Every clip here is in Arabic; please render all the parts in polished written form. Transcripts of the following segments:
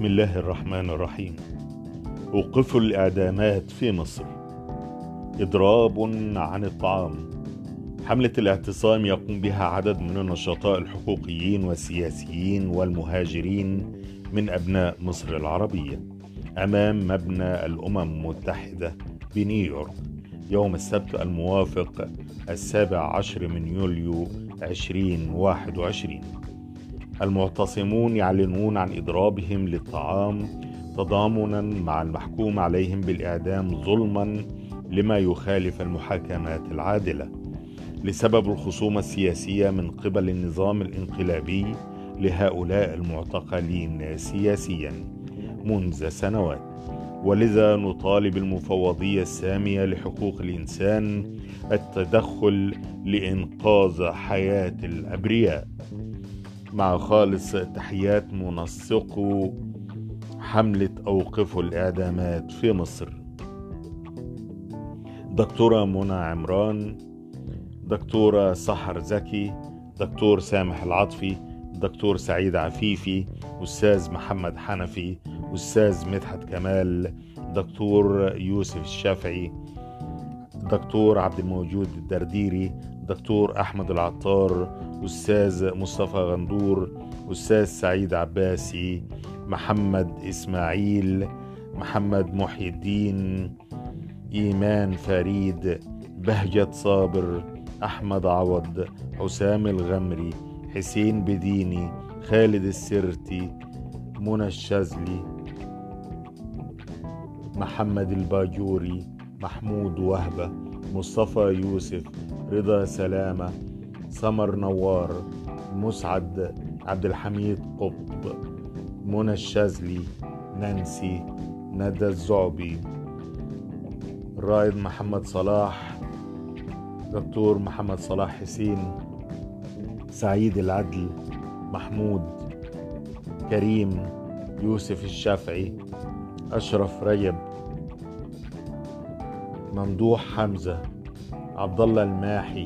بسم الله الرحمن الرحيم. أوقفوا الإعدامات في مصر. إضراب عن الطعام. حملة الاعتصام يقوم بها عدد من النشطاء الحقوقيين والسياسيين والمهاجرين من أبناء مصر العربية أمام مبنى الأمم المتحدة بنيويورك يوم السبت الموافق 17 من يوليو 2021. المعتصمون يعلنون عن إضرابهم للطعام تضامنا مع المحكوم عليهم بالإعدام ظلما لما يخالف المحاكمات العادلة لسبب الخصومة السياسية من قبل النظام الانقلابي لهؤلاء المعتقلين سياسيا منذ سنوات. ولذا نطالب المفوضية السامية لحقوق الإنسان التدخل لإنقاذ حياة الأبرياء. مع خالص تحيات منسقو حملة أوقفوا الإعدامات في مصر: دكتورة منى عمران، دكتورة سحر زكي، دكتور سامح العطفي، دكتور سعيد عفيفي، أستاذ محمد حنفي، أستاذ مدحت كمال، دكتور يوسف الشافعي، دكتور عبد الموجود الدرديري، دكتور أحمد العطار، أستاذ مصطفى غندور، أستاذ سعيد عباسي، محمد إسماعيل، محمد محي الدين، إيمان فريد، بهجة صابر، أحمد عوض، حسام الغمري، حسين بديني، خالد السرتي، منى الشاذلي، محمد الباجوري، محمود وهبة، مصطفى يوسف، رضا سلامة، سمر نوار، مسعد عبد الحميد قطب، منى الشاذلي، نانسي، ندى الزعبي، الرائد محمد صلاح، دكتور محمد صلاح حسين، سعيد العدل، محمود، كريم، يوسف الشافعي، أشرف رجب، ممدوح حمزة، عبد الله الماحي،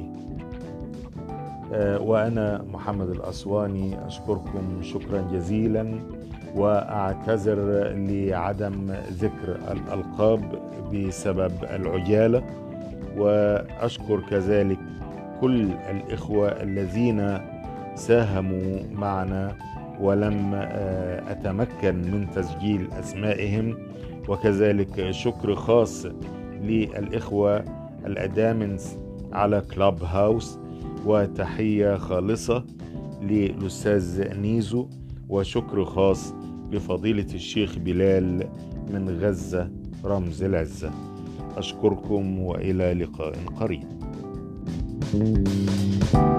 وأنا محمد الأسواني. أشكركم شكرا جزيلا وأعتذر لعدم ذكر الألقاب بسبب العجالة، وأشكر كذلك كل الإخوة الذين ساهموا معنا ولم أتمكن من تسجيل أسمائهم، وكذلك شكر خاص للإخوة الأدامنز على كلاب هاوس، وتحية خالصة للأستاذ نيزو، وشكر خاص لفضيلة الشيخ بلال من غزة رمز العزة. أشكركم وإلى لقاء قريب.